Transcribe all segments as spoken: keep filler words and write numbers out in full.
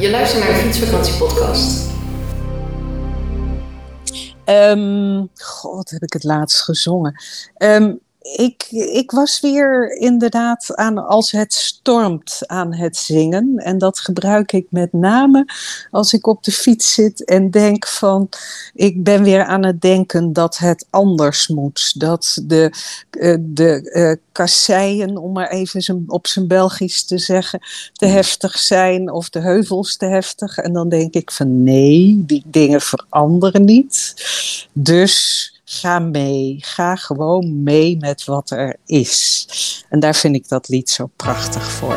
Je luistert naar de Fietsvakantiepodcast. Um, God, wat heb ik het laatst gezongen? Um, ik, ik was weer inderdaad aan als het stormt aan het zingen. En dat gebruik ik met name als ik op de fiets zit en denk van... Ik ben weer aan het denken dat het anders moet. Dat de, uh, de uh, kasseien, om maar even zijn, op zijn Belgisch te zeggen, te heftig zijn. Of de heuvels te heftig. En dan denk ik van nee, die dingen veranderen niet. Dus... Ga mee, ga gewoon mee met wat er is. En daar vind ik dat lied zo prachtig voor.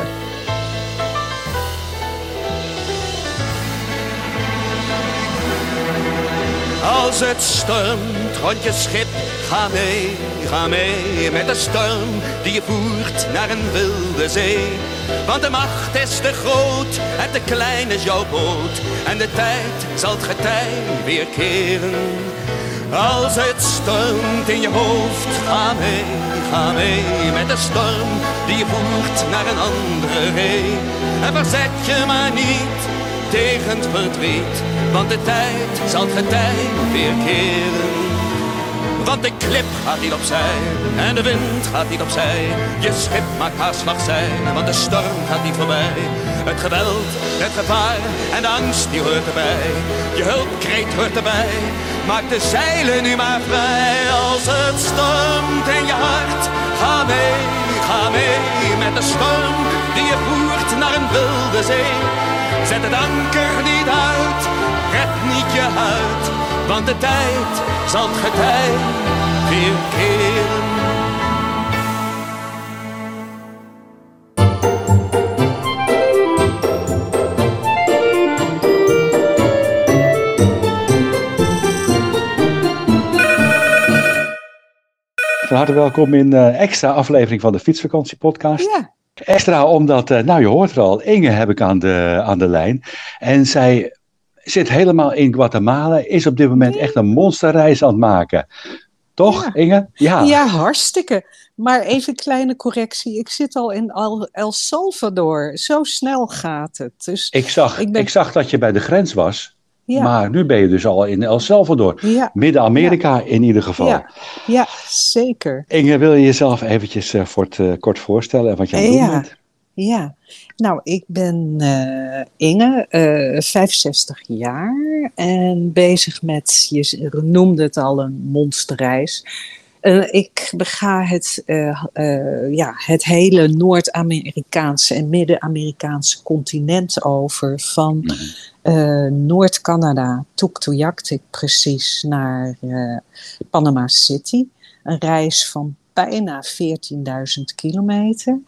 Als het stormt rond je schip, ga mee, ga mee met de storm die je voert naar een wilde zee. Want de macht is te groot en te klein is jouw boot. En de tijd zal het getij weer keren. Als het stormt in je hoofd, ga mee, ga mee met de storm die je voert naar een andere ree. En verzet je maar niet tegen het verdriet, want de tijd zal het getij weer keren. Want de klip gaat niet opzij en de wind gaat niet opzij. Je schip maakt haar slag zijn, want de storm gaat niet voorbij. Het geweld, het gevaar en de angst die hoort erbij. Je hulpkreet hoort erbij, maak de zeilen nu maar vrij. Als het stormt in je hart, ga mee, ga mee met de storm die je voert naar een wilde zee. Zet het anker niet uit, red niet je huid, want de tijd zal het getij weer keren. Van harte welkom in een uh, extra aflevering van de Fietsvakantiepodcast. Ja. Extra omdat, uh, nou je hoort er al, Inge heb ik aan de, aan de lijn. En zij zit helemaal in Guatemala, is op dit moment nee. echt een monsterreis aan het maken. Toch, ja. Inge? Ja. ja, hartstikke. Maar even een kleine correctie. Ik zit al in El Salvador. Zo snel gaat het. Dus ik, zag, ik, ben... ik zag dat je bij de grens was. Ja. Maar nu ben je dus al in El Salvador. Ja. Midden-Amerika ja. in ieder geval. Ja. ja, zeker. Inge, wil je jezelf eventjes uh, voor het, uh, kort voorstellen en wat jij aan het doen bent? Ja, nou ik ben uh, Inge, uh, vijfenzestig jaar en bezig met, je noemde het al, een monsterreis. Uh, ik bega het, uh, uh, ja, het hele Noord-Amerikaanse en Midden-Amerikaanse continent over. Van uh, Noord-Canada, Tuktoyaktuk precies, naar uh, Panama City. Een reis van bijna veertienduizend kilometer.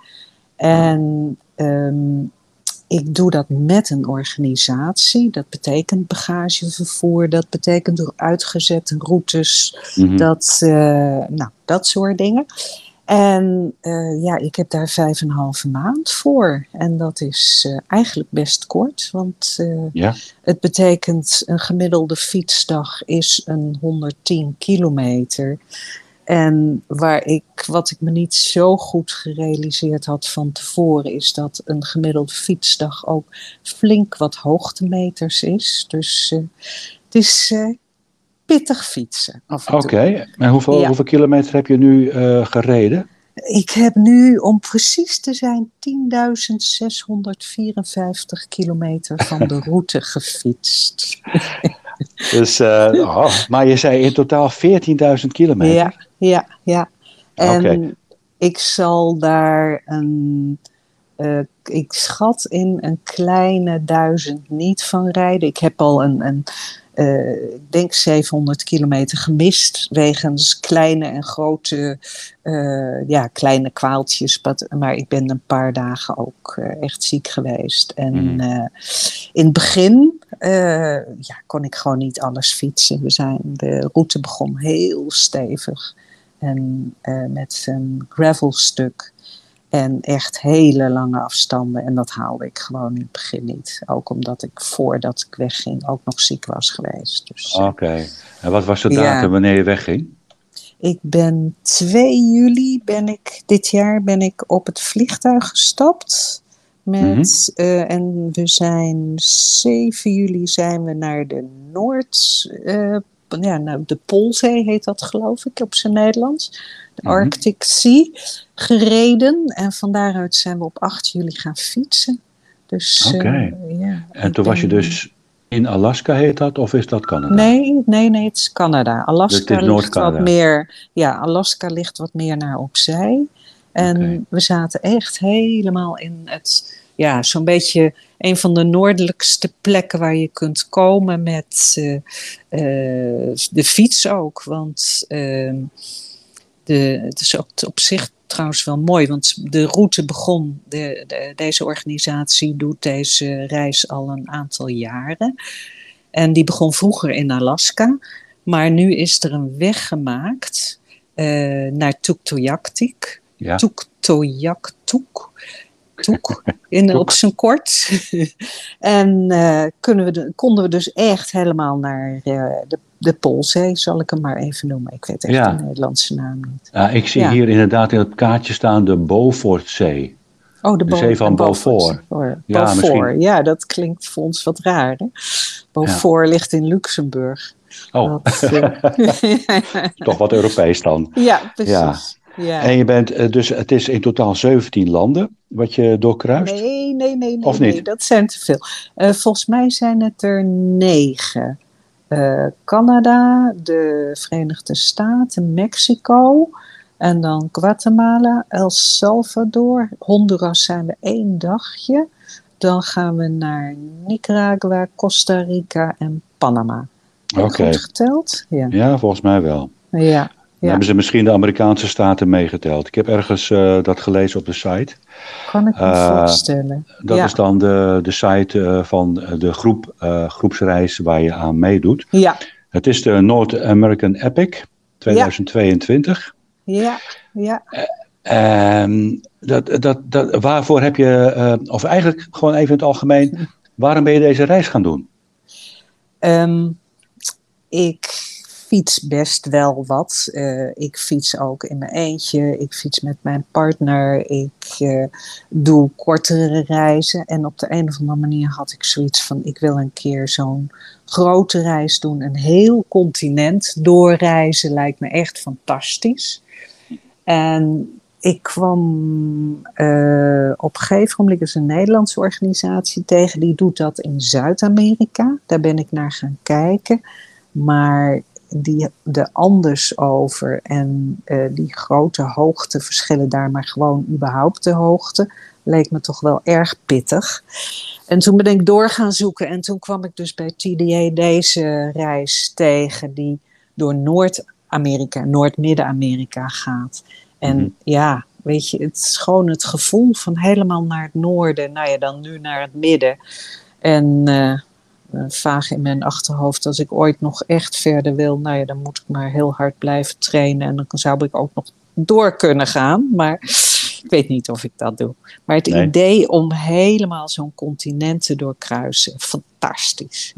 En um, ik doe dat met een organisatie. Dat betekent bagagevervoer, dat betekent door uitgezette routes, mm-hmm. dat, uh, nou, dat soort dingen. En uh, ja, ik heb daar vijf en een halve maand voor. En dat is uh, eigenlijk best kort, want uh, ja. het betekent een gemiddelde fietsdag is een honderdtien kilometer. En waar ik, wat ik me niet zo goed gerealiseerd had van tevoren, is dat een gemiddelde fietsdag ook flink wat hoogtemeters is. Dus uh, het is uh, pittig fietsen af en toe. Oké, okay. En hoeveel, ja. hoeveel kilometer heb je nu uh, gereden? Ik heb nu, om precies te zijn, tienduizend zeshonderdvierenvijftig kilometer van de route gefietst. Dus, uh, oh, maar je zei in totaal veertienduizend kilometer? Ja, ja, ja. En okay. ik zal daar een, uh, ik schat in een kleine duizend niet van rijden. Ik heb al een, een uh, ik denk zevenhonderd kilometer gemist wegens kleine en grote, uh, ja, kleine kwaaltjes. Maar ik ben een paar dagen ook uh, echt ziek geweest. En mm. uh, in het begin uh, ja, kon ik gewoon niet alles fietsen. We zijn, de route begon heel stevig en uh, met een gravelstuk. En echt hele lange afstanden. En dat haalde ik gewoon in het begin niet. Ook omdat ik voordat ik wegging ook nog ziek was geweest. Dus, Oké. Okay. En wat was de datum ja, wanneer je wegging? Ik ben twee juli ben ik, dit jaar ben ik op het vliegtuig gestapt. Met, Mhm. eh, en we zijn zeven juli zijn we naar de Noord... eh, ja, nou, de Poolzee heet dat geloof ik op zijn Nederlands. De Mhm. Arctic Sea gereden. En van daaruit zijn we op acht juli gaan fietsen. Dus Oké. eh, ja, En ik toen was je ben- dus in Alaska, heet dat, of is dat Canada? Nee, nee, nee, het is Canada. Alaska Het is ligt Noord-Canada. wat meer... Ja, Alaska ligt wat meer naar opzij. En Oké. we zaten echt helemaal in het... Ja, zo'n beetje een van de noordelijkste plekken waar je kunt komen met eh, eh, de fiets ook. Want eh, de, het is ook op zich trouwens wel mooi, want de route begon... De, de, deze organisatie doet deze reis al een aantal jaren. En die begon vroeger in Alaska. Maar nu is er een weg gemaakt eh, naar Tuktoyaktik. Ja. Tuktoyaktuk. Toek, in, Toek. op zijn kort. En eh, kunnen we de, konden we dus echt helemaal naar eh, de, de Poolzee, zal ik hem maar even noemen. Ik weet echt Ja. de Nederlandse naam niet. Ja, ik zie Ja. hier inderdaad in het kaartje staan de Beaufortzee. Oh, de, De Bo- zee van de Beaufort. Beaufort. Ja, Beaufort, misschien. ja, dat klinkt voor ons wat raar. Hè? Beaufort ligt in Luxemburg. Oh, Dat, eh, toch wat Europees dan. ja, precies. Ja. En je bent, eh, dus het is in totaal zeventien landen wat je doorkruist? Nee, nee, nee, nee, Of nee, niet? dat zijn te veel. Eh, volgens mij zijn het er negen. Eh, Canada, de Verenigde Staten, Mexico en dan Guatemala, El Salvador, Honduras zijn we één dagje. Dan gaan we naar Nicaragua, Costa Rica en Panama. Heb ik Oké. goed geteld? Ja. Ja, volgens mij wel. Ja. Dan Ja. hebben ze misschien de Amerikaanse staten meegeteld. Ik heb ergens eh, dat gelezen op de site. Kan ik me Eh, voorstellen. Dat ja. is dan de, de site eh, van de groep, eh, groepsreis waar je aan meedoet. Ja, Het is de North American Epic tweeduizend tweeëntwintig. ja, ja. Ehm, dat, dat, dat, waarvoor heb je, eh, of eigenlijk gewoon even in het algemeen, waarom ben je deze reis gaan doen? Ehm, ik fiets best wel wat. Eh, ik fiets ook in mijn eentje. Ik fiets met mijn partner. Ik eh, doe kortere reizen. En op de een of andere manier had ik zoiets van... ik wil een keer zo'n grote reis doen. Een heel continent doorreizen lijkt me echt fantastisch. En ik kwam uh, op een gegeven moment, is een Nederlandse organisatie tegen, die doet dat in Zuid-Amerika. Daar ben ik naar gaan kijken. Maar die, de anders over en uh, die grote hoogteverschillen daar, maar gewoon überhaupt de hoogte, leek me toch wel erg pittig. En toen ben ik door gaan zoeken en toen kwam ik dus bij T D A deze reis tegen die door Noord-Amerika, Noord-Midden-Amerika gaat. En mm-hmm. ja, weet je, het is gewoon het gevoel van helemaal naar het noorden, nou ja, dan nu naar het midden. En uh, vaag in mijn achterhoofd, als ik ooit nog echt verder wil, nou ja, dan moet ik maar heel hard blijven trainen en dan zou ik ook nog door kunnen gaan, maar ik weet niet of ik dat doe. Maar het nee. idee om helemaal zo'n continent te doorkruisen, fantastisch.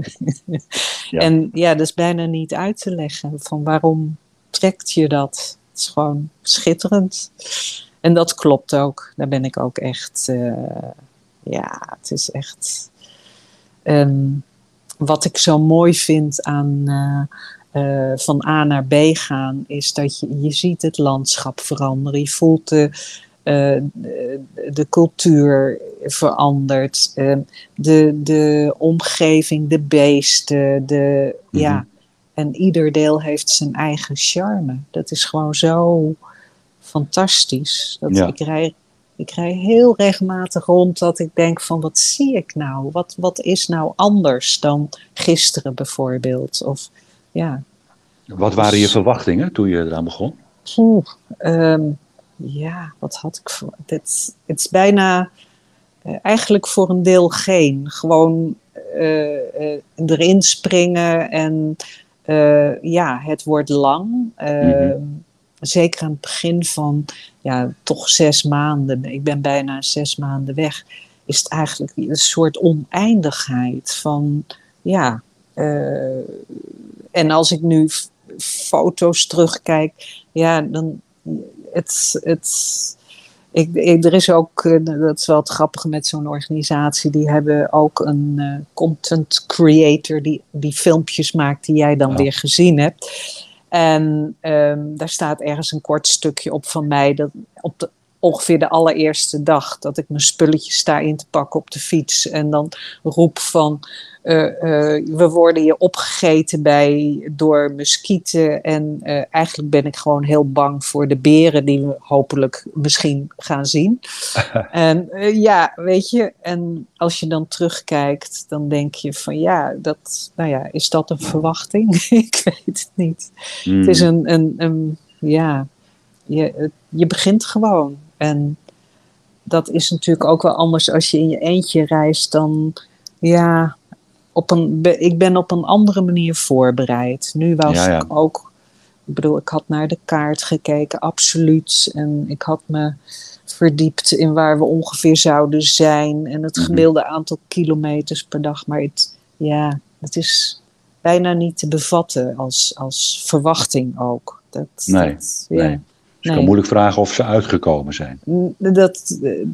Ja. En ja, dat is bijna niet uit te leggen, van waarom trekt je dat? Het is gewoon schitterend. En dat klopt ook. Daar ben ik ook echt... Uh, ja, het is echt... Um, wat ik zo mooi vind aan uh, uh, van A naar B gaan... is dat je, je ziet het landschap veranderen. Je voelt de, uh, de, de cultuur verandert. Uh, de, de omgeving, de beesten. De, mm-hmm. ja, en ieder deel heeft zijn eigen charme. Dat is gewoon zo fantastisch. Dat ja. ik, rij, ik rij heel regelmatig rond dat ik denk van wat zie ik nou? Wat, wat is nou anders dan gisteren bijvoorbeeld? Of, ja. Wat waren je verwachtingen toen je eraan begon? Oeh, um, ja, wat had ik voor... Het is bijna... Uh, eigenlijk voor een deel geen. Gewoon uh, uh, erin springen en... Uh, ja, het wordt lang. Uh, mm-hmm. Zeker aan het begin van ja, toch zes maanden. Ik ben bijna zes maanden weg. Is het eigenlijk een soort oneindigheid van ja. Uh, en als ik nu f- foto's terugkijk, ja, dan het, het Ik, ik, er is ook, uh, dat is wel het grappige met zo'n organisatie, die hebben ook een uh, content creator die, die filmpjes maakt die jij dan oh. weer gezien hebt. En um, daar staat ergens een kort stukje op van mij, dat op de, ongeveer de allereerste dag dat ik mijn spulletjes sta in te pakken op de fiets. En dan roep van, uh, uh, we worden hier opgegeten bij, door muskieten. En uh, eigenlijk ben ik gewoon heel bang voor de beren die we hopelijk misschien gaan zien. En uh, ja, weet je, en als je dan terugkijkt, dan denk je van ja, dat, nou ja, is dat een verwachting? Ik weet het niet. Mm. Het is een, een, een ja, je, je begint gewoon. En dat is natuurlijk ook wel anders als je in je eentje reist dan, ja, op een, ik ben op een andere manier voorbereid. Nu was ja, ja. ik ook, ik bedoel, ik had naar de kaart gekeken, absoluut. En ik had me verdiept in waar we ongeveer zouden zijn en het gemiddelde aantal kilometers per dag. Maar het, ja, het is bijna niet te bevatten als, als verwachting ook. Dat, nee, dat, nee. Ja. Dus ik kan moeilijk vragen of ze uitgekomen zijn. Dat,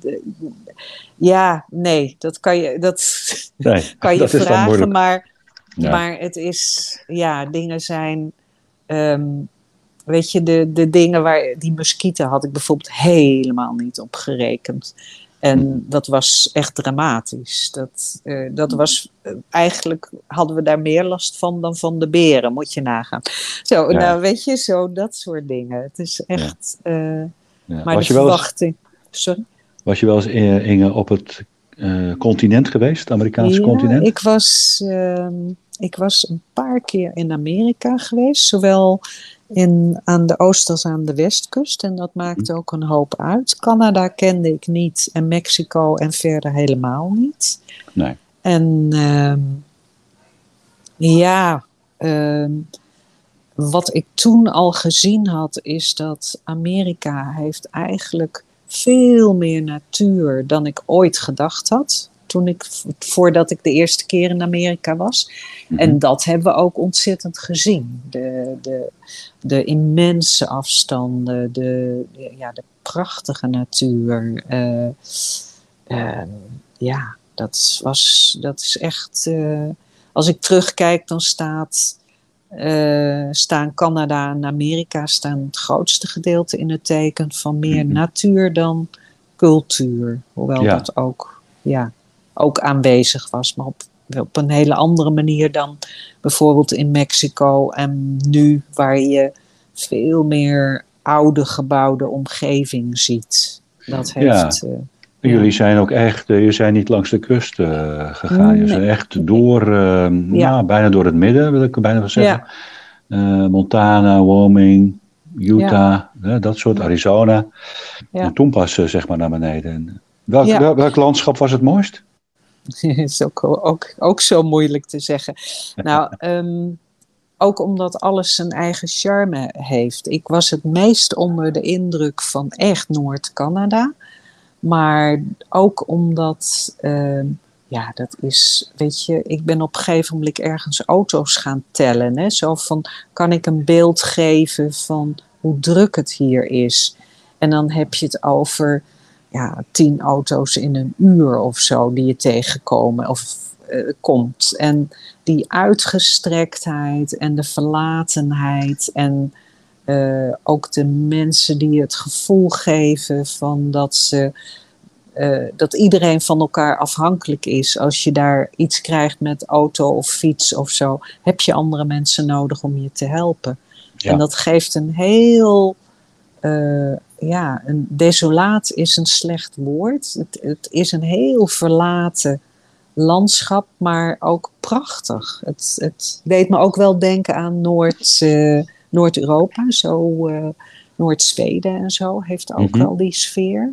ja, nee, dat kan je, dat nee, kan je dat vragen, maar, ja. maar het is, ja, dingen zijn, um, weet je, de, de dingen waar, die muskieten had ik bijvoorbeeld helemaal niet op gerekend. En dat was echt dramatisch. Dat, uh, dat was, uh, eigenlijk hadden we daar meer last van dan van de beren, moet je nagaan. Zo, ja. Nou weet je, zo dat soort dingen. Het is echt, ja. Uh, ja. Maar was de verwachting... Eens, Sorry? Was je wel eens, Inge, op het uh, continent geweest, het Amerikaanse ja, continent? Ik was, uh, ik was een paar keer in Amerika geweest, zowel in, aan de oost- als aan de westkust. En dat maakte ook een hoop uit. Canada kende ik niet en Mexico en verder helemaal niet. Nee. En uh, ja, uh, wat ik toen al gezien had, is dat Amerika heeft eigenlijk veel meer natuur dan ik ooit gedacht had. Toen ik, voordat ik de eerste keer in Amerika was. Mm-hmm. En dat hebben we ook ontzettend gezien. De, de, de immense afstanden, de, ja, de prachtige natuur. Uh, uh, ja, dat, was, dat is echt... Uh, als ik terugkijk, dan staat, uh, staan Canada en Amerika staan het grootste gedeelte in het teken van meer mm-hmm. natuur dan cultuur. Hoewel ja. dat ook... Ja, ook aanwezig was, maar op, op een hele andere manier dan bijvoorbeeld in Mexico en nu, waar je veel meer oude gebouwde omgeving ziet. Dat heeft... Ja. Uh, Jullie ja. zijn ook echt, uh, je zijn niet langs de kust uh, gegaan, nee. Je zijn echt door, uh, ja. nou, bijna door het midden, wil ik bijna wel zeggen. Ja. Uh, Montana, Wyoming, Utah, ja. uh, dat soort, Arizona. Ja. En toen pas uh, zeg maar naar beneden. En welk, ja. welk, welk landschap was het mooist? is ook, ook, ook zo moeilijk te zeggen. Nou, um, ook omdat alles zijn eigen charme heeft. Ik was het meest onder de indruk van echt Noord-Canada. Maar ook omdat, uh, ja, dat is, weet je, ik ben op een gegeven moment ergens auto's gaan tellen. Hè? Zo van, kan ik een beeld geven van hoe druk het hier is? En dan heb je het over... Ja, tien auto's in een uur of zo die je tegenkomen of uh, komt. En die uitgestrektheid en de verlatenheid en uh, ook de mensen die het gevoel geven van dat ze uh, dat iedereen van elkaar afhankelijk is. Als je daar iets krijgt met auto of fiets of zo, heb je andere mensen nodig om je te helpen. Ja. En dat geeft een heel... Uh, ja, een desolaat is een slecht woord. Het, het is een heel verlaten landschap, maar ook prachtig. Het, het deed me ook wel denken aan Noord, uh, Noord-Europa, zo uh, Noord-Zweden en zo, heeft ook mm-hmm. wel die sfeer.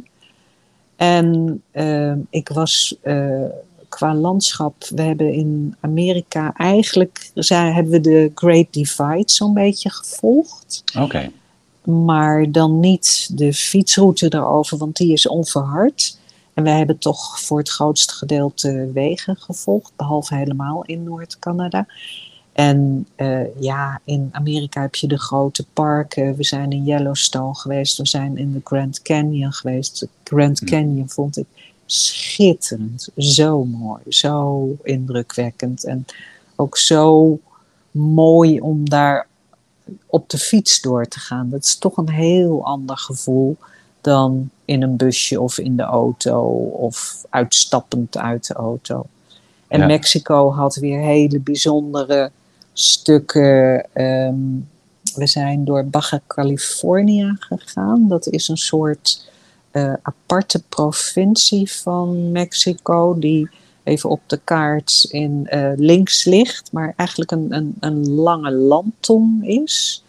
En uh, ik was uh, qua landschap, we hebben in Amerika eigenlijk, zijn, hebben we de Great Divide zo'n beetje gevolgd. Oké. Okay. Maar dan niet de fietsroute erover, want die is onverhard. En wij hebben toch voor het grootste gedeelte wegen gevolgd, behalve helemaal in Noord-Canada. En uh, ja, in Amerika heb je de grote parken. We zijn in Yellowstone geweest. We zijn in de Grand Canyon geweest. De Grand Canyon vond ik schitterend. Zo mooi. Zo indrukwekkend. En ook zo mooi om daar op de fiets door te gaan. Dat is toch een heel ander gevoel dan in een busje of in de auto of uitstappend uit de auto. En ja. Mexico had weer hele bijzondere stukken. Um, we zijn door Baja California gegaan. Dat is een soort uh, aparte provincie van Mexico die even op de kaart in uh, links ligt, maar eigenlijk een, een, een lange landtong is.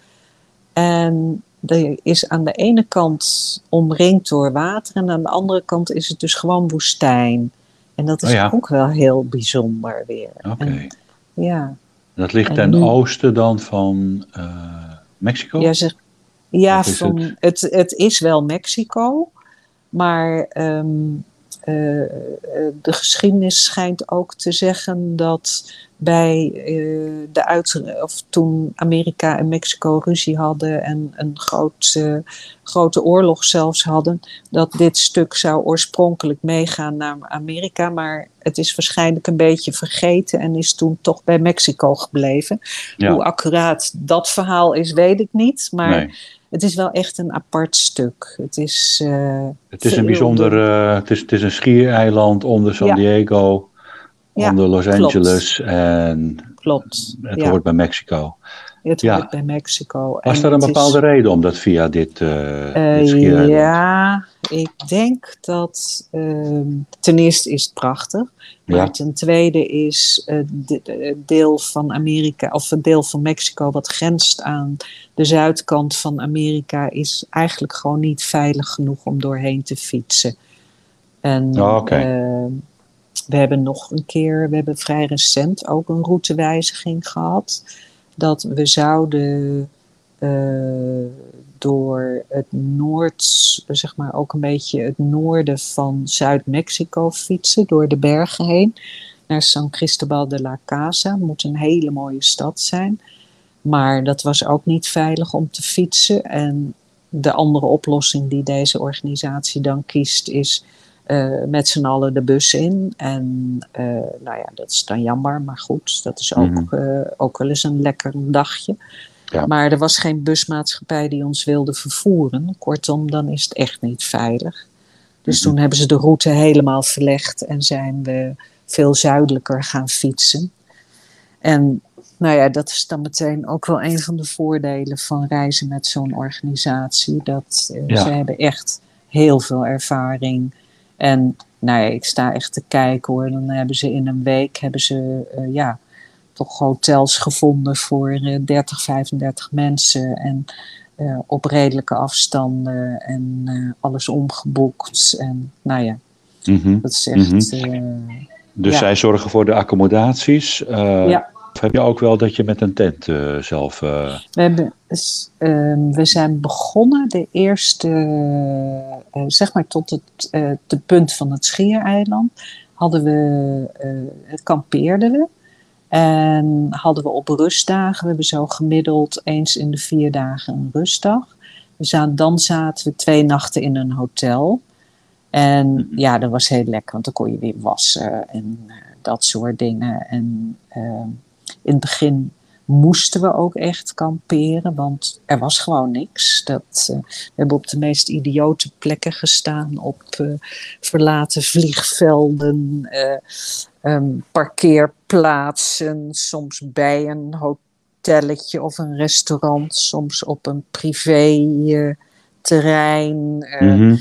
En die is aan de ene kant omringd door water en aan de andere kant is het dus gewoon woestijn. En dat is oh ja. ook wel heel bijzonder weer. Oké. Okay. Ja. Dat ligt en ten nu, oosten dan van uh, Mexico? Ja, zeg, ja van, het? Het, het is wel Mexico, maar um, uh, de geschiedenis schijnt ook te zeggen dat bij uh, de uit, of toen Amerika en Mexico ruzie hadden en een groot, uh, grote oorlog zelfs hadden, dat dit stuk zou oorspronkelijk meegaan naar Amerika, maar het is waarschijnlijk een beetje vergeten en is toen toch bij Mexico gebleven. Ja. Hoe accuraat dat verhaal is, weet ik niet, maar nee. Het is wel echt een apart stuk. Het is, uh, het is een bijzonder, uh, het is, het is een schiereiland onder San ja. Diego, ja, onder Los Angeles klopt. en klopt. het ja. hoort bij Mexico. Het ja. hoort bij Mexico. Was en er een bepaalde is, reden om dat via dit, uh, uh, dit schiereiland? Ja, ik denk dat uh, ten eerste is het prachtig. Maar ja. ten tweede is het uh, de, deel van Amerika, of een deel van Mexico wat grenst aan de zuidkant van Amerika, is eigenlijk gewoon niet veilig genoeg om doorheen te fietsen. En oh, okay. uh, we hebben nog een keer, we hebben vrij recent ook een routewijziging gehad. Dat we zouden uh, door het noord, zeg maar ook een beetje het noorden van Zuid-Mexico fietsen, door de bergen heen, naar San Cristobal de la Casa. Moet een hele mooie stad zijn. Maar dat was ook niet veilig om te fietsen. En de andere oplossing die deze organisatie dan kiest is uh, met z'n allen de bus in. En uh, nou ja, dat is dan jammer, maar goed, dat is ook, mm-hmm. uh, ook wel eens een lekker dagje. Ja. Maar er was geen busmaatschappij die ons wilde vervoeren. Kortom, dan is het echt niet veilig. Dus mm-hmm. toen hebben ze de route helemaal verlegd en zijn we veel zuidelijker gaan fietsen. En nou ja, dat is dan meteen ook wel een van de voordelen van reizen met zo'n organisatie. Dat uh, ja. ze hebben echt heel veel ervaring. En nou ja, ik sta echt te kijken hoor. Dan hebben ze in een week hebben ze uh, ja, toch hotels gevonden voor uh, dertig, vijfendertig mensen. En uh, op redelijke afstanden en uh, alles omgeboekt. En nou ja, mm-hmm. dat is echt... Mm-hmm. Uh, dus ja. zij zorgen voor de accommodaties. Uh, ja. Of heb je ook wel dat je met een tent uh, zelf... Uh... We, hebben, uh, we zijn begonnen de eerste, uh, zeg maar tot het uh, de punt van het schiereiland, hadden we, uh, kampeerden we. En hadden we op rustdagen, we hebben zo gemiddeld eens in de vier dagen een rustdag. We zaten, dan zaten we twee nachten in een hotel. En ja, dat was heel lekker, want dan kon je weer wassen en uh, dat soort dingen. En uh, in het begin moesten we ook echt kamperen, want er was gewoon niks. Dat, uh, we hebben op de meest idiote plekken gestaan, op uh, verlaten vliegvelden, uh, um, parkeerplaatsen, soms bij een hotelletje of een restaurant, soms op een privé uh, terrein. Uh, mm-hmm.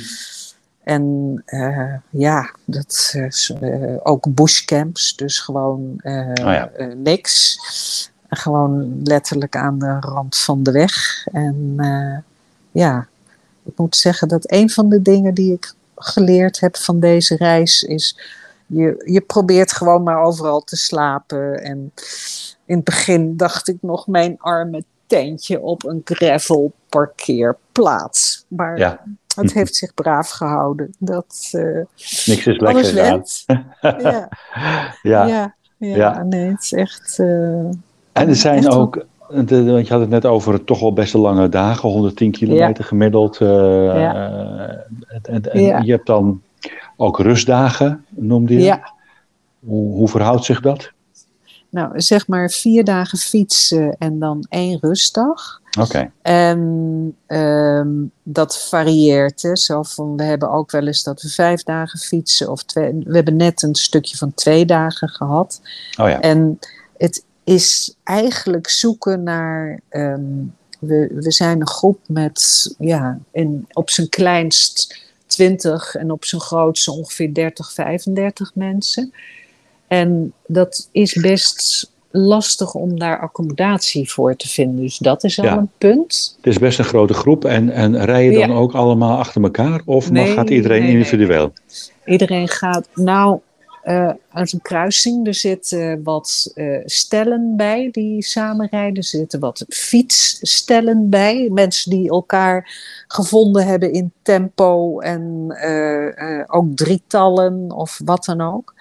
En uh, ja, dat is uh, ook bushcamps, dus gewoon uh, oh ja. uh, niks. Gewoon letterlijk aan de rand van de weg. En uh, ja, ik moet zeggen dat een van de dingen die ik geleerd heb van deze reis is, je, je probeert gewoon maar overal te slapen. En in het begin dacht ik nog, mijn arme tentje op een gravel parkeerplaats. Maar ja. Het heeft zich braaf gehouden. Dat, uh, Niks is lekker gedaan. ja. ja. Ja, ja, ja, nee, het is echt... Uh, En er zijn Echt ook, de, want je had het net over toch wel best lange dagen, honderdtien kilometer Ja. gemiddeld. Uh, Ja. en, en, en Ja. je hebt dan ook rustdagen, noemde je. Ja. Hoe, hoe verhoudt zich dat? Nou, zeg maar vier dagen fietsen en dan één rustdag. Oké. Okay. En um, dat varieert. Hè. Zo van, we hebben ook wel eens dat we vijf dagen fietsen. Of twee, we hebben net een stukje van twee dagen gehad. Oh ja. En het is eigenlijk zoeken naar... Um, we, we zijn een groep met ja, in, op zijn kleinst twintig en op zijn grootste ongeveer dertig, vijfendertig mensen. En dat is best lastig om daar accommodatie voor te vinden. Dus dat is al ja. een punt. Het is best een grote groep. En, en rij je dan ja. ook allemaal achter elkaar? Of nee, mag, gaat iedereen nee, individueel? Nee, nee. Iedereen gaat... Nou, uh, uit een kruising. Er zitten wat uh, stellen bij die samenrijden. Er zitten wat fietsstellen bij. Mensen die elkaar gevonden hebben in tempo. En uh, uh, ook drietallen of wat dan ook.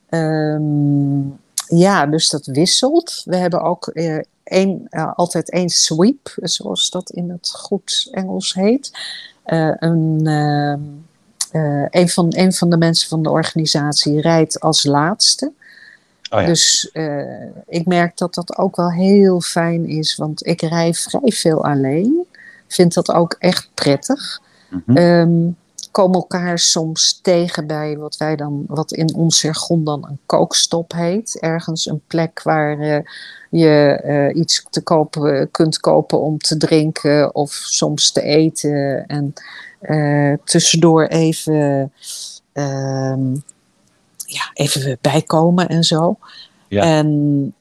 Um, ja, dus dat wisselt. We hebben ook uh, één, uh, altijd één sweep, zoals dat in het goed Engels heet. Uh, een, uh, uh, een, van, een van de mensen van de organisatie rijdt als laatste. Oh ja. Dus uh, ik merk dat dat ook wel heel fijn is, want ik rij vrij veel alleen. Vind dat ook echt prettig. Mm-hmm. Um, komen elkaar soms tegen bij wat wij dan, wat in ons jargon dan een kookstop heet. Ergens een plek waar uh, je uh, iets te kopen, kunt kopen om te drinken of soms te eten. En uh, tussendoor even, uh, ja, even bijkomen en zo. Ja. En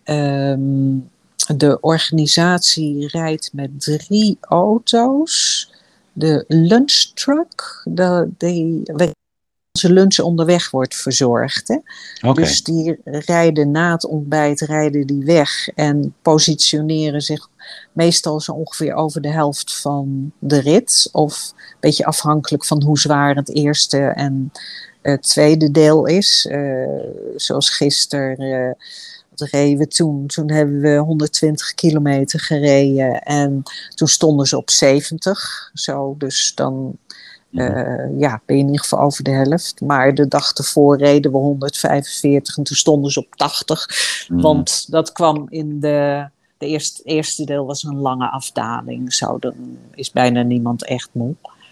um, de organisatie rijdt met drie auto's. De lunchtruck, de, die onze lunch onderweg wordt verzorgd. Hè? Okay. Dus die rijden na het ontbijt rijden die weg en positioneren zich meestal zo ongeveer over de helft van de rit. Of een beetje afhankelijk van hoe zwaar het eerste en het tweede deel is. Uh, zoals gisteren... Uh, reden we toen. Toen hebben we honderdtwintig kilometer gereden en toen stonden ze op zeventig. Zo, dus dan uh, ja, ben je in ieder geval over de helft. Maar de dag ervoor reden we honderdvijfenveertig en toen stonden ze op tachtig. Mm. Want dat kwam in de... De eerste, eerste deel was een lange afdaling. Zo, dan is bijna niemand echt moe.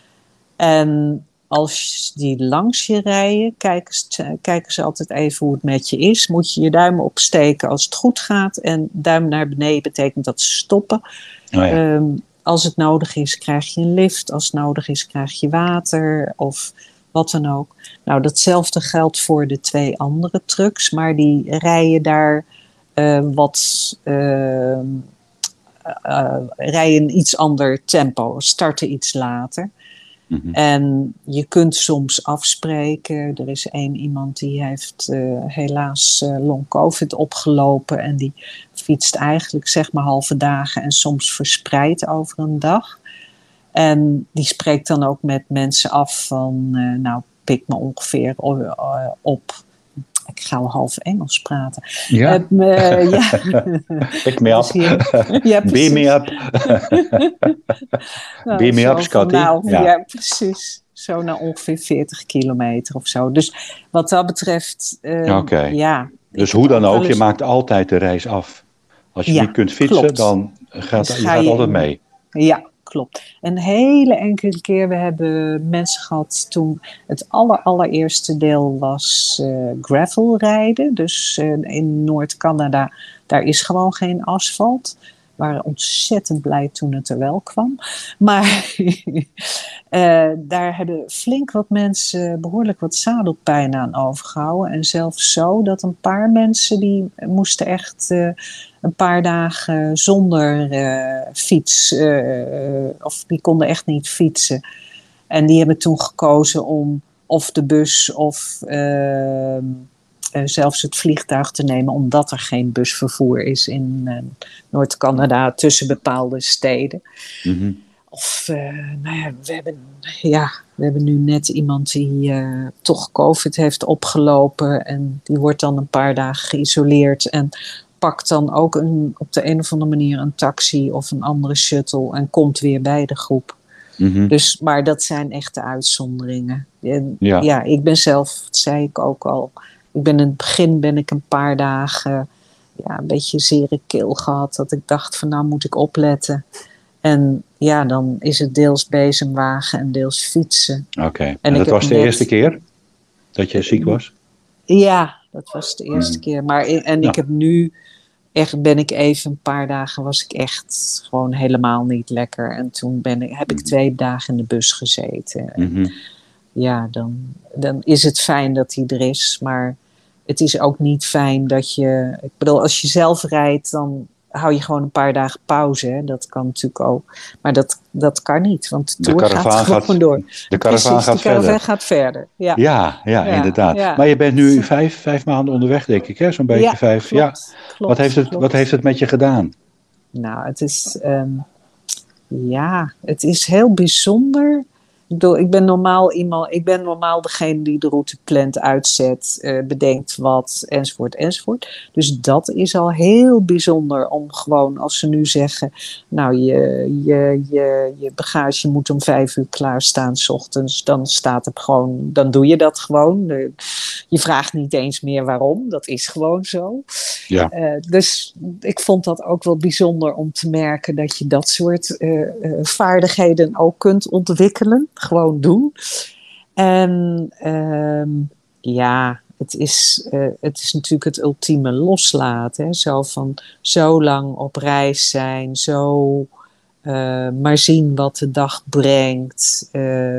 En als die langs je rijden, kijken ze, kijken ze altijd even hoe het met je is. Moet je je duim opsteken als het goed gaat. En duim naar beneden betekent dat ze stoppen. Oh ja. um, als het nodig is, krijg je een lift. Als het nodig is, krijg je water of wat dan ook. Nou, datzelfde geldt voor de twee andere trucks. Maar die rijden daar uh, wat... Uh, uh, rijden een iets ander tempo. Starten iets later. Mm-hmm. En je kunt soms afspreken. Er is één iemand die heeft uh, helaas uh, long covid opgelopen. En die fietst eigenlijk zeg maar halve dagen en soms verspreid over een dag. En die spreekt dan ook met mensen af van, uh, nou pik me ongeveer op. Ik ga al half Engels praten. Ja. Uh, uh, ja. Pick me up. Ja, Beam me up. nou, Beam me up, Scotty. Nou, ja. ja, precies. Zo naar ongeveer veertig kilometer of zo. Dus wat dat betreft, uh, okay. ja. Dus hoe dan ook, eens... je maakt altijd de reis af. Als je ja, niet kunt fietsen, klopt. dan gaat dus je, gaat je altijd in... mee. Ja, klopt. Een hele enkele keer, we hebben mensen gehad toen het aller, allereerste deel was uh, gravelrijden. Dus uh, in Noord-Canada, daar is gewoon geen asfalt. We waren ontzettend blij toen het er wel kwam. Maar uh, daar hebben flink wat mensen behoorlijk wat zadelpijn aan overgehouden. En zelfs zo dat een paar mensen die moesten echt uh, een paar dagen zonder uh, fiets. Uh, of die konden echt niet fietsen. En die hebben toen gekozen om of de bus of... Uh, Uh, zelfs het vliegtuig te nemen, omdat er geen busvervoer is in uh, Noord-Canada tussen bepaalde steden. Mm-hmm. Of, uh, nou ja, we hebben, ja, we hebben nu net iemand die uh, toch COVID heeft opgelopen en die wordt dan een paar dagen geïsoleerd. En pakt dan ook een, op de een of andere manier een taxi of een andere shuttle en komt weer bij de groep. Mm-hmm. Dus, maar dat zijn echte uitzonderingen. En, Ja. ja, ik ben zelf, dat zei ik ook al, ik ben in het begin ben ik een paar dagen ja, een beetje zere keel gehad, dat ik dacht van nou moet ik opletten. En ja, dan is het deels bezemwagen en deels fietsen. Oké, okay. en, en dat was de net... eerste keer dat je ziek was? Ja, dat was de eerste mm. keer. Maar, en ja. ik heb nu, echt ben ik even een paar dagen, was ik echt gewoon helemaal niet lekker. En toen ben ik, heb ik twee dagen in de bus gezeten. Mm-hmm. Ja, dan, dan is het fijn dat hij er is. Maar het is ook niet fijn dat je, ik bedoel, als je zelf rijdt, dan hou je gewoon een paar dagen pauze. Hè? Dat kan natuurlijk ook. Maar dat, dat kan niet, want de tour gaat gewoon gaat, door. De karavaan Precies, gaat de karavaan verder. gaat verder. Ja, ja, ja, ja inderdaad. Ja. Maar je bent nu vijf, vijf maanden onderweg, denk ik, hè? Zo'n beetje ja, vijf. Klopt, ja, klopt, wat, heeft het, klopt. wat heeft het met je gedaan? Nou, het is, um, ja, het is heel bijzonder. Ik bedoel, ik ben normaal iemand, ik ben normaal degene die de route plant, uitzet, uh, bedenkt wat, enzovoort, enzovoort. Dus dat is al heel bijzonder om gewoon, als ze nu zeggen, nou, je, je, je, je bagage moet om vijf uur klaarstaan 's ochtends, dan staat het gewoon, dan doe je dat gewoon. Je vraagt niet eens meer waarom, dat is gewoon zo. Ja. Uh, dus ik vond dat ook wel bijzonder om te merken dat je dat soort uh, uh, vaardigheden ook kunt ontwikkelen. Gewoon doen. En um, ja, het is, uh, het is natuurlijk het ultieme loslaten. Hè? Zo van zo lang op reis zijn, zo uh, maar zien wat de dag brengt. Uh,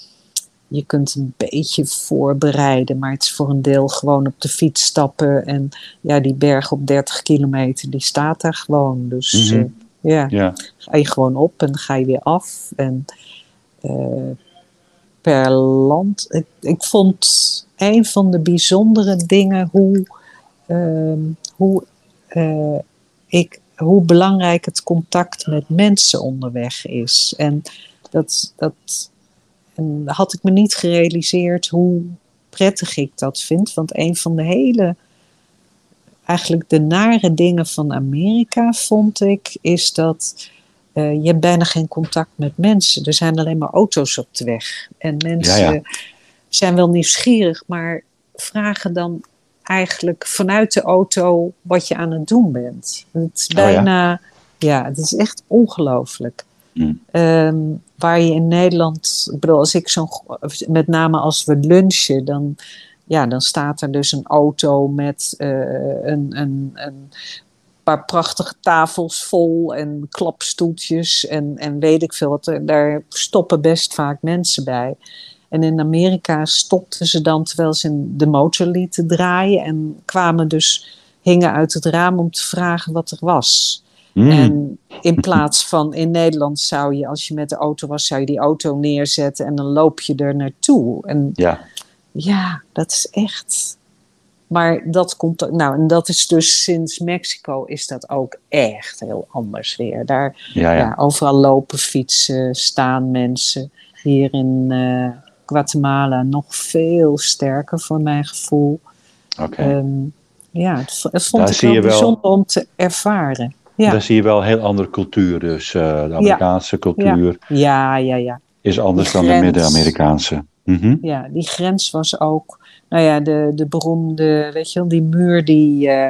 je kunt een beetje voorbereiden, maar het is voor een deel gewoon op de fiets stappen. En ja, die berg op dertig kilometer, die staat daar gewoon. Dus mm-hmm. uh, ja, ja, ga je gewoon op en dan ga je weer af. En Uh, per land. Ik, ik vond een van de bijzondere dingen hoe, uh, hoe, uh, ik, hoe belangrijk het contact met mensen onderweg is. En dat, dat en had ik me niet gerealiseerd hoe prettig ik dat vind. Want een van de hele, eigenlijk de nare dingen van Amerika vond ik, is dat Uh, je hebt bijna geen contact met mensen. Er zijn alleen maar auto's op de weg. En mensen ja, ja. zijn wel nieuwsgierig, maar vragen dan eigenlijk vanuit de auto wat je aan het doen bent. Het is bijna, oh ja? ja, het is echt ongelooflijk. Mm. Um, waar je in Nederland, ik bedoel, als ik zo'n, met name als we lunchen, dan, ja, dan staat er dus een auto met uh, een, een, een paar prachtige tafels vol en klapstoeltjes en, en weet ik veel wat. Daar stoppen best vaak mensen bij. En in Amerika stopten ze dan terwijl ze de motor lieten draaien en kwamen dus, hingen uit het raam om te vragen wat er was. Mm. En in plaats van in Nederland zou je, als je met de auto was, zou je die auto neerzetten en dan loop je er naartoe. En ja, ja dat is echt. Maar dat komt, nou, en dat is dus sinds Mexico is dat ook echt heel anders weer. Daar, ja, ja. Ja, overal lopen, fietsen, staan mensen. Hier in uh, Guatemala nog veel sterker voor mijn gevoel. Okay. Um, ja, het, het vond daar ik wel bijzonder wel, om te ervaren. Ja. Daar zie je wel een heel andere cultuur. Dus uh, de Amerikaanse ja. cultuur ja. Ja, ja, ja. is anders dan de Midden-Amerikaanse. Mm-hmm. Ja, die grens was ook, nou ja, de, de beroemde, weet je wel, die muur die uh,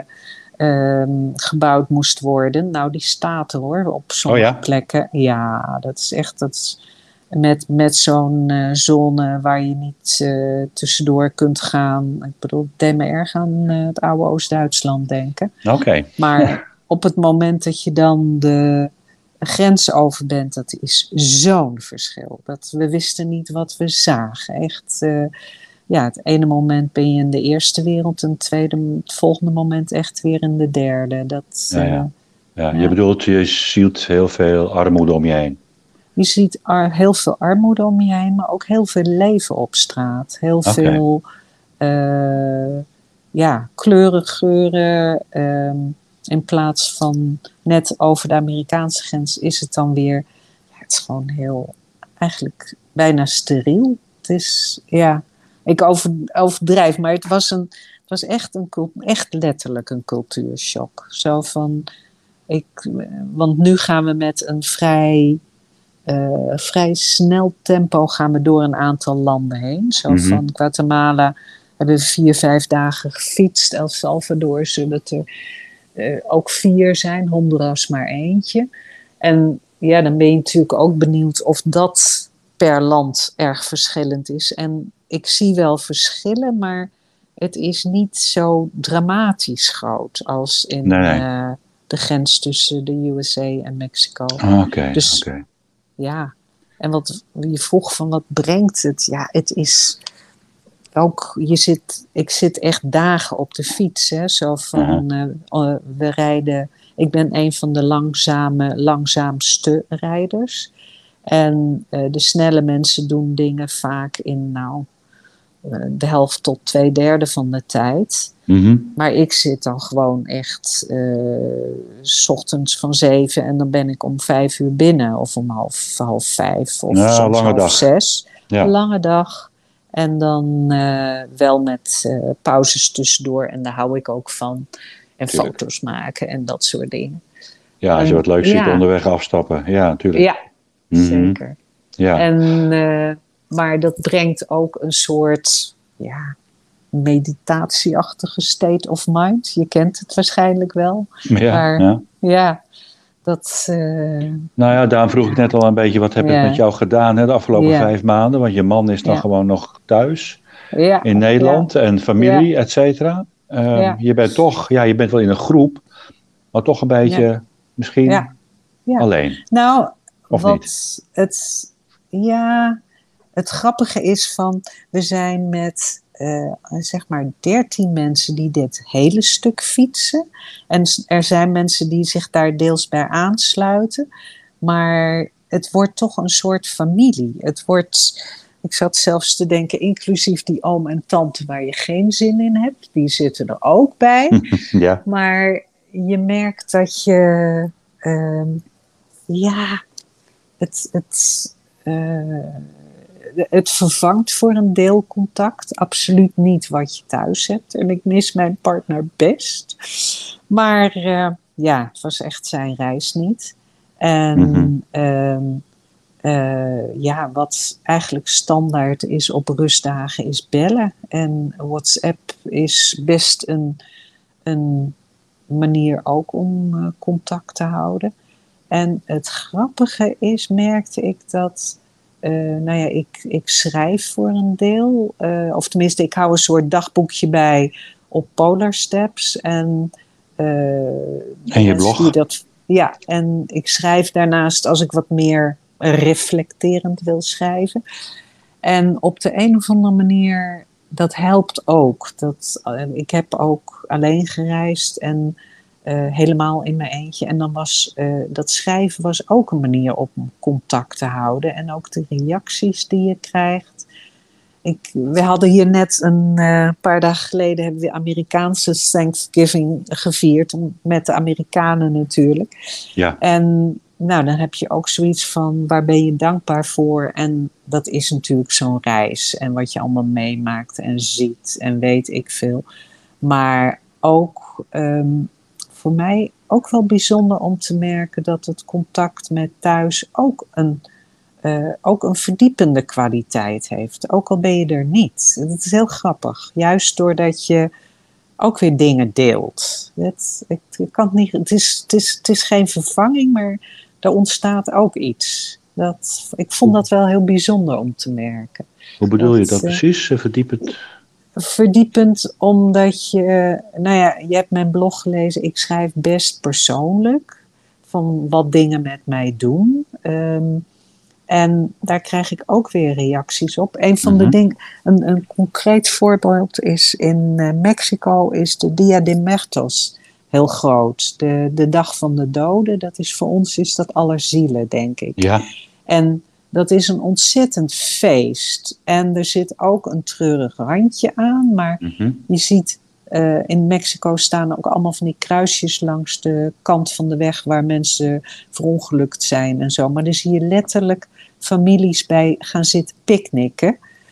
um, gebouwd moest worden. Nou, die staat er hoor, op sommige oh, ja? plekken. Ja, dat is echt, dat is met, met zo'n uh, zone waar je niet uh, tussendoor kunt gaan. Ik bedoel, het deed me erg aan uh, het oude Oost-Duitsland denken. Oké. Okay. Maar op het moment dat je dan de grens over bent, dat is zo'n verschil. Dat we wisten niet wat we zagen. Echt, uh, ja, het ene moment ben je in de eerste wereld en het, tweede, het volgende moment echt weer in de derde. Dat, ja, ja. Uh, ja, ja. Je bedoelt, je ziet heel veel armoede om je heen. Je ziet ar- heel veel armoede om je heen, maar ook heel veel leven op straat. Heel okay. veel uh, ja, kleuren, geuren. Um, in plaats van net over de Amerikaanse grens is het dan weer, ja, het is gewoon heel, eigenlijk bijna steriel. Het is, ja, ik over, overdrijf, maar het was, een, het was echt, een, echt letterlijk een cultuurshock. Zo van, ik, want nu gaan we met een vrij, uh, vrij snel tempo gaan we door een aantal landen heen. Zo mm-hmm. van Guatemala hebben we vier, vijf dagen gefietst. El Salvador zullen het er uh, ook vier zijn, Honduras maar eentje. En ja, dan ben je natuurlijk ook benieuwd of dat per land erg verschillend is. En ik zie wel verschillen, maar het is niet zo dramatisch groot als in nee, nee. Uh, de grens tussen de U S A en Mexico. Oké, okay, dus okay. ja, en wat je vroeg van wat brengt het? Ja, het is ook, je zit, ik zit echt dagen op de fiets. Hè, zo van, uh, uh, we rijden, ik ben een van de langzame, langzaamste rijders. En uh, de snelle mensen doen dingen vaak in nou, uh, de helft tot twee derde van de tijd. Mm-hmm. Maar ik zit dan gewoon echt uh, 's ochtends van zeven en dan ben ik om vijf uur binnen. Of om half, half vijf of ja, soms lange half dag. zes. Ja. Een lange dag. En dan uh, wel met uh, pauzes tussendoor. En daar hou ik ook van. En Tuurlijk. Foto's maken en dat soort dingen. Ja, als je en, wat leuks ja. ziet onderweg afstappen. Ja, natuurlijk. Ja, mm-hmm. zeker. Ja. En, uh, maar dat brengt ook een soort ja, meditatieachtige state of mind. Je kent het waarschijnlijk wel. Ja, maar, ja. ja dat... Uh, nou ja, daarom vroeg ik net al een beetje, wat heb ja. ik met jou gedaan hè, de afgelopen ja. vijf maanden? Want je man is dan ja. gewoon nog thuis ja. in Nederland ja. en familie, ja. et cetera. Uh, ja. Je bent toch, ja, je bent wel in een groep, maar toch een beetje ja. misschien ja. Ja. alleen. Nou, of wat niet? Het, ja, het grappige is van, we zijn met uh, zeg maar dertien mensen die dit hele stuk fietsen. En er zijn mensen die zich daar deels bij aansluiten. Maar het wordt toch een soort familie. Het wordt, ik zat zelfs te denken, inclusief die oom en tante waar je geen zin in hebt. Die zitten er ook bij. Ja. Maar je merkt dat je, uh, ja, het... het uh, Het vervangt voor een deel contact. Absoluut niet wat je thuis hebt. En ik mis mijn partner best. Maar uh, ja, het was echt zijn reis niet. En mm-hmm. uh, uh, ja, wat eigenlijk standaard is op rustdagen is bellen. En WhatsApp is best een, een manier ook om uh, contact te houden. En het grappige is, merkte ik dat... Uh, nou ja, ik, ik schrijf voor een deel. Uh, of tenminste, ik hou een soort dagboekje bij op Polar Steps. En, uh, en je blog? Dat, ja, en ik schrijf daarnaast als ik wat meer reflecterend wil schrijven. En op de een of andere manier, dat helpt ook. Dat, uh, ik heb ook alleen gereisd en... Uh, helemaal in mijn eentje. En dan was uh, dat schrijven was ook een manier om contact te houden. En ook de reacties die je krijgt. Ik, we hadden hier net een uh, paar dagen geleden... hebben we de Amerikaanse Thanksgiving gevierd. Met de Amerikanen natuurlijk. Ja. En nou, dan heb je ook zoiets van... waar ben je dankbaar voor? En dat is natuurlijk zo'n reis. En wat je allemaal meemaakt en ziet. En weet ik veel. Maar ook... Um, voor mij ook wel bijzonder om te merken dat het contact met thuis ook een, uh, ook een verdiepende kwaliteit heeft. Ook al ben je er niet. Het is heel grappig. Juist doordat je ook weer dingen deelt. Het, ik, ik kan het, niet, het, is, het, is, het is geen vervanging, maar er ontstaat ook iets. Dat, ik vond dat wel heel bijzonder om te merken. Hoe bedoel dat, je dat precies? Verdiepend? Verdiepend omdat je, nou ja, je hebt mijn blog gelezen. Ik schrijf best persoonlijk van wat dingen met mij doen. Um, en daar krijg ik ook weer reacties op. Een van mm-hmm. de dingen, een, een concreet voorbeeld is in uh, Mexico is de Dia de Muertos heel groot. De, de dag van de doden, dat is voor ons is dat Allerzielen, denk ik. Ja. En dat is een ontzettend feest. En er zit ook een treurig randje aan. Maar mm-hmm. je ziet, uh, in Mexico staan ook allemaal van die kruisjes langs de kant van de weg waar mensen verongelukt zijn en zo. Maar dan zie je letterlijk families bij gaan zitten picknicken.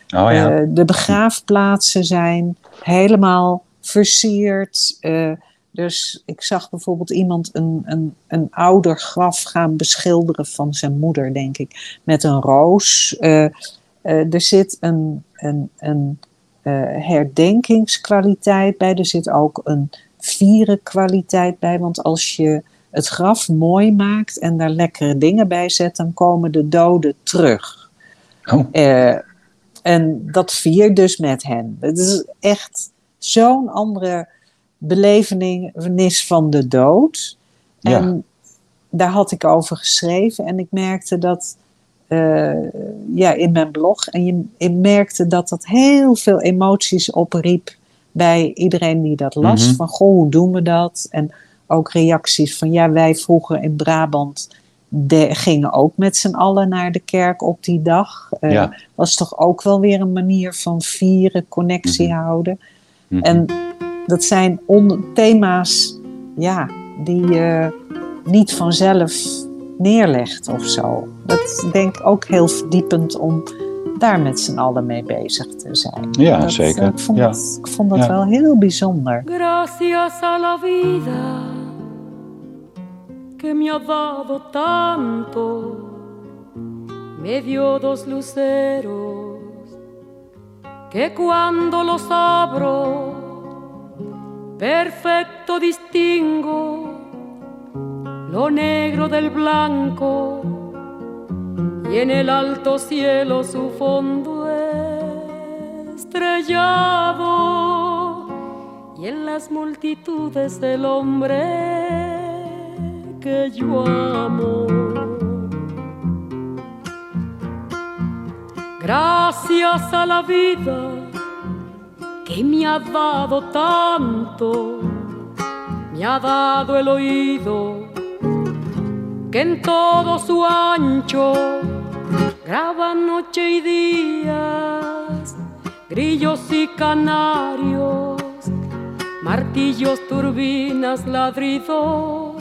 Oh, ja. Uh, de begraafplaatsen zijn helemaal versierd. Uh, dus ik zag bijvoorbeeld iemand een, een, een ouder graf gaan beschilderen van zijn moeder, denk ik, met een roos. Uh, uh, er zit een, een, een uh, herdenkingskwaliteit bij. Er zit ook een vierenkwaliteit bij. Want als je het graf mooi maakt en daar lekkere dingen bij zet, dan komen de doden terug. Oh. Uh, en dat viert dus met hen. Het is echt zo'n andere belevenis van de dood. Ja. En daar had ik over geschreven. En ik merkte dat uh, ja, in mijn blog. En je, je merkte dat dat heel veel emoties opriep bij iedereen die dat las. Mm-hmm. Van, goh, hoe doen we dat? En ook reacties van, ja, wij vroeger in Brabant de, gingen ook met z'n allen naar de kerk op die dag. Uh, Ja. Was toch ook wel weer een manier van vieren, connectie Mm-hmm. houden. Mm-hmm. En dat zijn on- thema's ja, die je niet vanzelf neerlegt of zo. Dat is denk ik ook heel verdiepend om daar met z'n allen mee bezig te zijn. Ja, dat, zeker. Ik vond, Ja. het, ik vond dat Ja. wel heel bijzonder. Gracias a la vida que me ha dado tanto, me dio dos luceros que cuando los abro perfecto distingo lo negro del blanco y en el alto cielo su fondo estrellado y en las multitudes del hombre que yo amo. Gracias a la vida que me ha dado tanto, me ha dado el oído que en todo su ancho graba noche y días, grillos y canarios, martillos, turbinas, ladridos,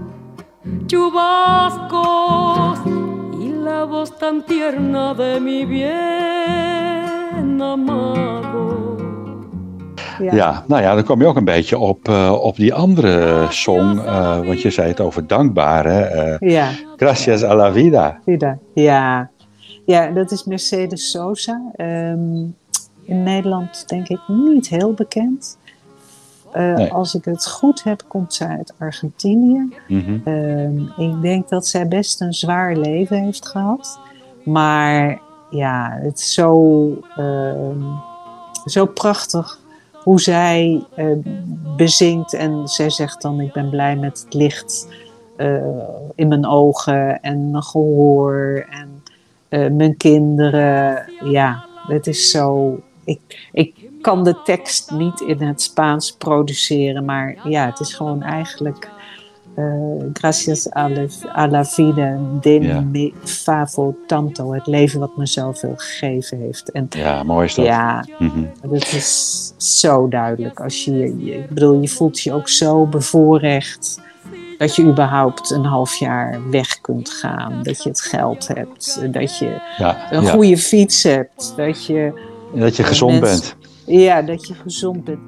chubascos y la voz tan tierna de mi bien amado. Ja. Ja, nou ja, dan kom je ook een beetje op, uh, op die andere song, uh, want je zei het over dankbare. Uh, Ja. Gracias a la vida. Vida. Ja. Ja, dat is Mercedes Sosa. Um, in Nederland denk ik niet heel bekend. Uh, Nee. Als ik het goed heb, komt zij uit Argentinië. Mm-hmm. Um, ik denk dat zij best een zwaar leven heeft gehad. Maar ja, het is zo, um, zo prachtig hoe zij uh, bezingt. En zij zegt dan, ik ben blij met het licht uh, in mijn ogen en mijn gehoor en uh, mijn kinderen. Ja, het is zo... Ik, ik kan de tekst niet in het Spaans produceren, maar ja, het is gewoon eigenlijk uh, gracias a la, a la vida de Ja. me favo tanto, het leven wat me zoveel gegeven heeft. En Ja, mooi is dat. ja, Mm-hmm. dat is zo duidelijk. Als je, je, ik bedoel, je voelt je ook zo bevoorrecht dat je überhaupt een half jaar weg kunt gaan, dat je het geld hebt, dat je Ja, een ja. goede fiets hebt, dat je Dat je gezond mensen- bent. Ja, dat je gezond bent.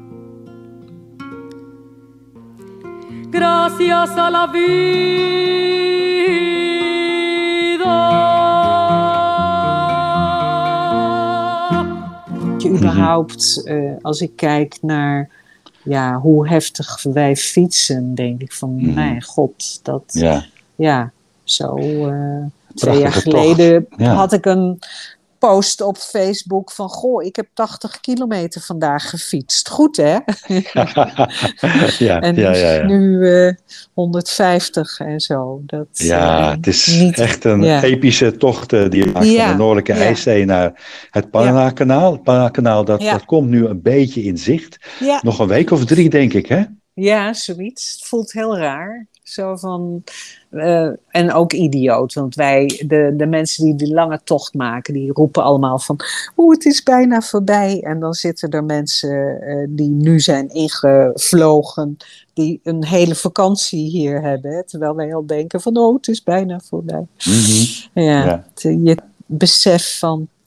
Gracias a la vida. Dat je überhaupt, uh, als ik kijk naar ja, hoe heftig wij fietsen, denk ik van, Mhm. mijn god, dat, Ja. ja, zo uh, twee jaar Prachtige geleden tocht. Ja. had ik een post op Facebook van, goh, ik heb tachtig kilometer vandaag gefietst. Goed, hè? ja, En ja, ja, ja. nu uh, honderdvijftig en zo. Dat, Ja, uh, het is niet, echt een ja. epische tocht uh, die je maakt Ja, van de Noordelijke ja. IJszee naar het Panama-kanaal. Het Panama-kanaal, dat, Ja. dat komt nu een beetje in zicht. Ja. Nog een week of drie, denk ik, hè? Ja, zoiets. Het voelt heel raar. Zo van, uh, en ook idioot, want wij, de, de mensen die die lange tocht maken, die roepen allemaal van, oeh, het is bijna voorbij. En dan zitten er mensen uh, die nu zijn ingevlogen, die een hele vakantie hier hebben. Hè, terwijl wij al denken van, oh, het is bijna voorbij. Mm-hmm. Ja, Ja. het, je besef van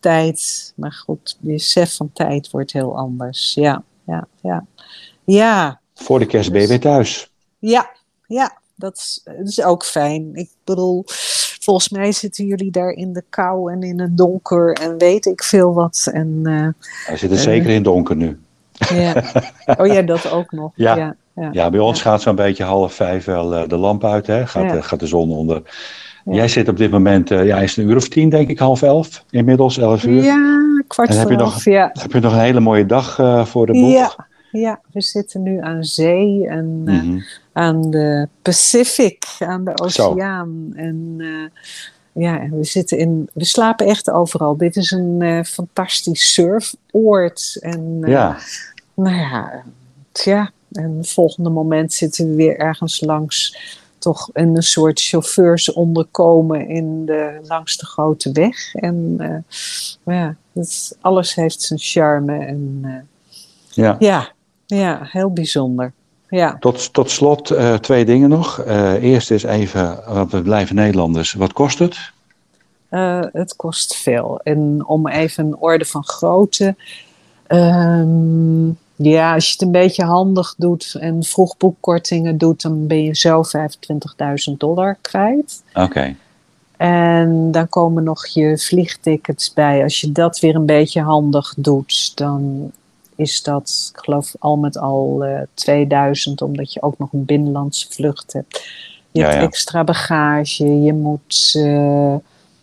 tijd. Maar goed, je besef van tijd wordt heel anders. Ja, ja, ja. Ja. Voor de kerst ben je weer thuis. Ja, ja. Dat is, dat is ook fijn. Ik bedoel, volgens mij zitten jullie daar in de kou en in het donker en weet ik veel wat. En, uh, We zitten uh, zeker in het donker nu. Ja. Oh ja, dat ook nog. Ja, ja, ja, ja bij ons ja. gaat zo'n beetje half vijf wel uh, de lamp uit. Hè? Gaat, Ja. uh, gaat de zon onder. Ja. Jij zit op dit moment, uh, ja, is het een uur of tien, denk ik, half elf. Inmiddels elf uur. Ja, kwart en heb voor je, elf, nog, ja. heb je nog een hele mooie dag uh, voor de boeg? Ja, ja, we zitten nu aan zee en uh, Mm-hmm. aan de Pacific, aan de oceaan. Zo. En uh, ja, we zitten in, we slapen echt overal. Dit is een uh, fantastisch surfoord. En uh, ja. nou ja, tja, en het volgende moment zitten we weer ergens langs, toch in een soort chauffeursonderkomen in de, langs de grote weg. En uh, ja, dus alles heeft zijn charme en uh, ja. ja, ja, heel bijzonder. Ja. Tot, tot slot uh, twee dingen nog. Uh, eerst is even, want we blijven Nederlanders. Wat kost het? Uh, het kost veel. En om even een orde van grootte. Um, ja, als je het een beetje handig doet en vroegboekkortingen doet, dan ben je zo vijfentwintigduizend dollar kwijt. Oké. Okay. En dan komen nog je vliegtickets bij. Als je dat weer een beetje handig doet, dan is dat, ik geloof, al met al uh, tweeduizend, omdat je ook nog een binnenlandse vlucht hebt. Je ja, hebt ja. extra bagage, je moet, uh,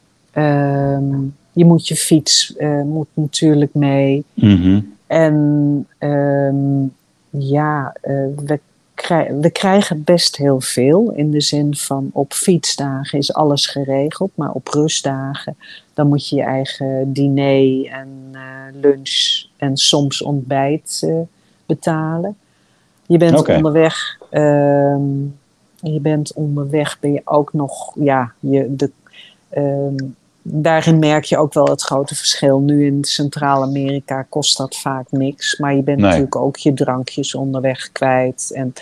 um, je, moet je fiets uh, moet natuurlijk mee. Mm-hmm. En um, ja, uh, we, krij- we krijgen best heel veel. In de zin van op fietsdagen is alles geregeld. Maar op rustdagen, dan moet je je eigen diner en uh, lunch en soms ontbijt uh, betalen. Je bent okay. onderweg... Um, je bent onderweg, ben je ook nog... Ja, je, de, um, daarin merk je ook wel het grote verschil. Nu in Centraal-Amerika kost dat vaak niks. Maar je bent nee. natuurlijk ook je drankjes onderweg kwijt. En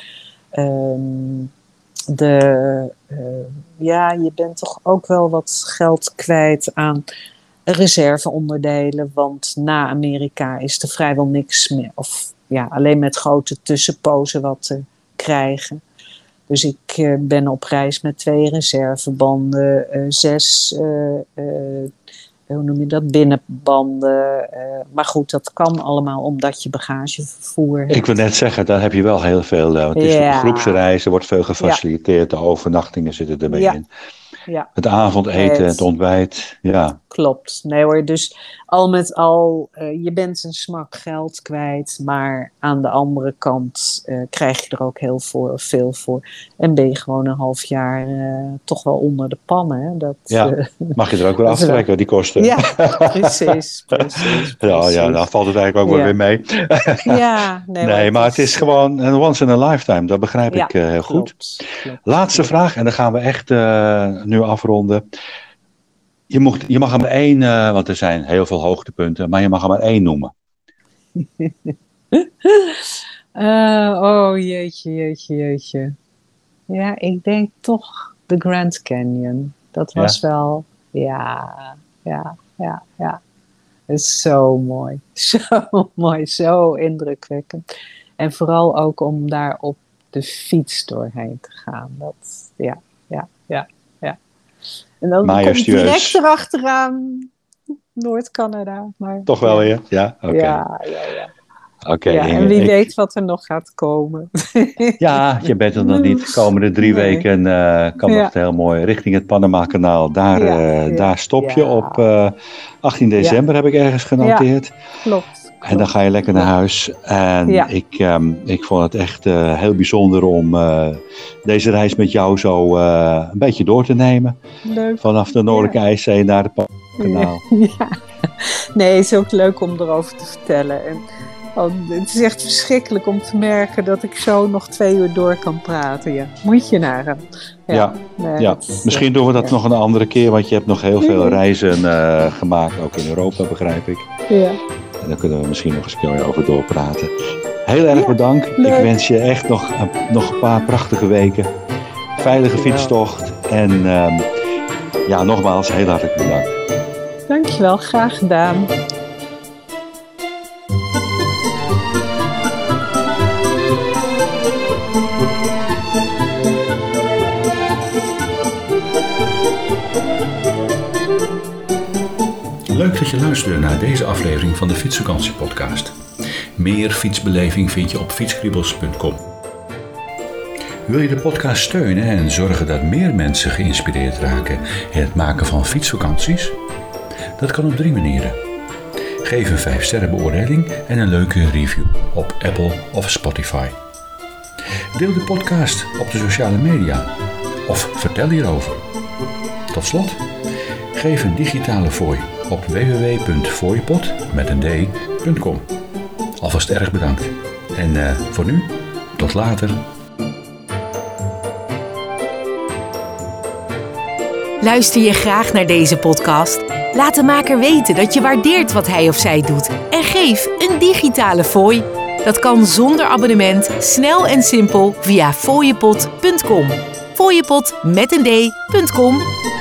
um, de, uh, ja, je bent toch ook wel wat geld kwijt aan reserveonderdelen. Want na Amerika is er vrijwel niks meer. Of ja, alleen met grote tussenpozen wat te krijgen. Dus ik uh, ben op reis met twee reservebanden, uh, zes, uh, uh, hoe noem je dat, binnenbanden. Uh, maar goed, dat kan allemaal omdat je bagagevervoer hebt. Ik wil net zeggen, daar heb je wel heel veel. Uh, het is ja. een groepsreis, er wordt veel gefaciliteerd, ja. De overnachtingen zitten erbij ja. in. Ja. Het avondeten, het, het ontbijt, ja. Klopt. Nee hoor, dus al met al, uh, je bent een smak geld kwijt, maar aan de andere kant uh, krijg je er ook heel voor, veel voor. En ben je gewoon een half jaar uh, toch wel onder de pannen. Hè? Dat, ja, uh, mag je er ook weer aftrekken, die kosten. Ja, precies, precies, precies. Ja, ja, dan valt het eigenlijk ook ja. wel weer mee. ja, nee, nee, maar, maar het is gewoon een once in a lifetime, dat begrijp ja, ik uh, heel klopt, goed. Klopt, Laatste klopt. vraag, en dan gaan we echt uh, nu afronden. Je, mocht, je mag er maar één, uh, want er zijn heel veel hoogtepunten, maar je mag er maar één noemen. uh, oh, jeetje, jeetje, jeetje. Ja, ik denk toch de Grand Canyon. Dat was ja? wel, ja, ja, ja, ja. Het is zo mooi. Zo mooi, zo indrukwekkend. En vooral ook om daar op de fiets doorheen te gaan. Dat, ja, ja, ja, ja. En dan komt direct erachteraan Noord-Canada. Maar, toch wel ja. weer? Ja, oké. Okay. Ja, ja, ja. Oké. Okay, ja, en wie ik... weet wat er nog gaat komen. Ja, je bent er nog niet. De komende drie nee. weken uh, kan ja. nog heel mooi richting het Panama-kanaal. Daar, ja, uh, ja, daar stop je ja. op uh, achttien december, ja. heb ik ergens genoteerd. Ja, klopt. En dan ga je lekker naar huis. En ja. ik, um, ik vond het echt uh, heel bijzonder om uh, deze reis met jou zo uh, een beetje door te nemen. Leuk. Vanaf de Noordelijke ja. IJszee naar het Panama-kanaal. Ja. Nee, het is ook leuk om erover te vertellen. En, oh, het is echt verschrikkelijk om te merken dat ik zo nog twee uur door kan praten. Ja. Moet je nagaan. Ja, ja. Nee, ja. Dat, misschien doen we dat ja. nog een andere keer, want je hebt nog heel veel reizen uh, gemaakt, ook in Europa begrijp ik. Ja. En daar kunnen we misschien nog eens een keer over doorpraten. Heel erg ja, bedankt. leuk. Ik wens je echt nog een, nog een paar prachtige weken. Veilige fietstocht. En um, ja, nogmaals heel hartelijk bedankt. Dank je. Dankjewel, graag gedaan. Leuk dat je luisterde naar deze aflevering van de Fietsvakantiepodcast. Meer fietsbeleving vind je op fietskriebels punt com. Wil je de podcast steunen en zorgen dat meer mensen geïnspireerd raken in het maken van fietsvakanties? Dat kan op drie manieren. Geef een vijf sterren beoordeling en een leuke review op Apple of Spotify. Deel de podcast op de sociale media of vertel hierover. Tot slot, geef een digitale fooi op w w w punt fooiepot met een d punt com. Alvast erg bedankt. En uh, voor nu, tot later. Luister je graag naar deze podcast? Laat de maker weten dat je waardeert wat hij of zij doet en geef een digitale fooi. Dat kan zonder abonnement, snel en simpel via fooiepot punt com. Fooiepot met een d punt com.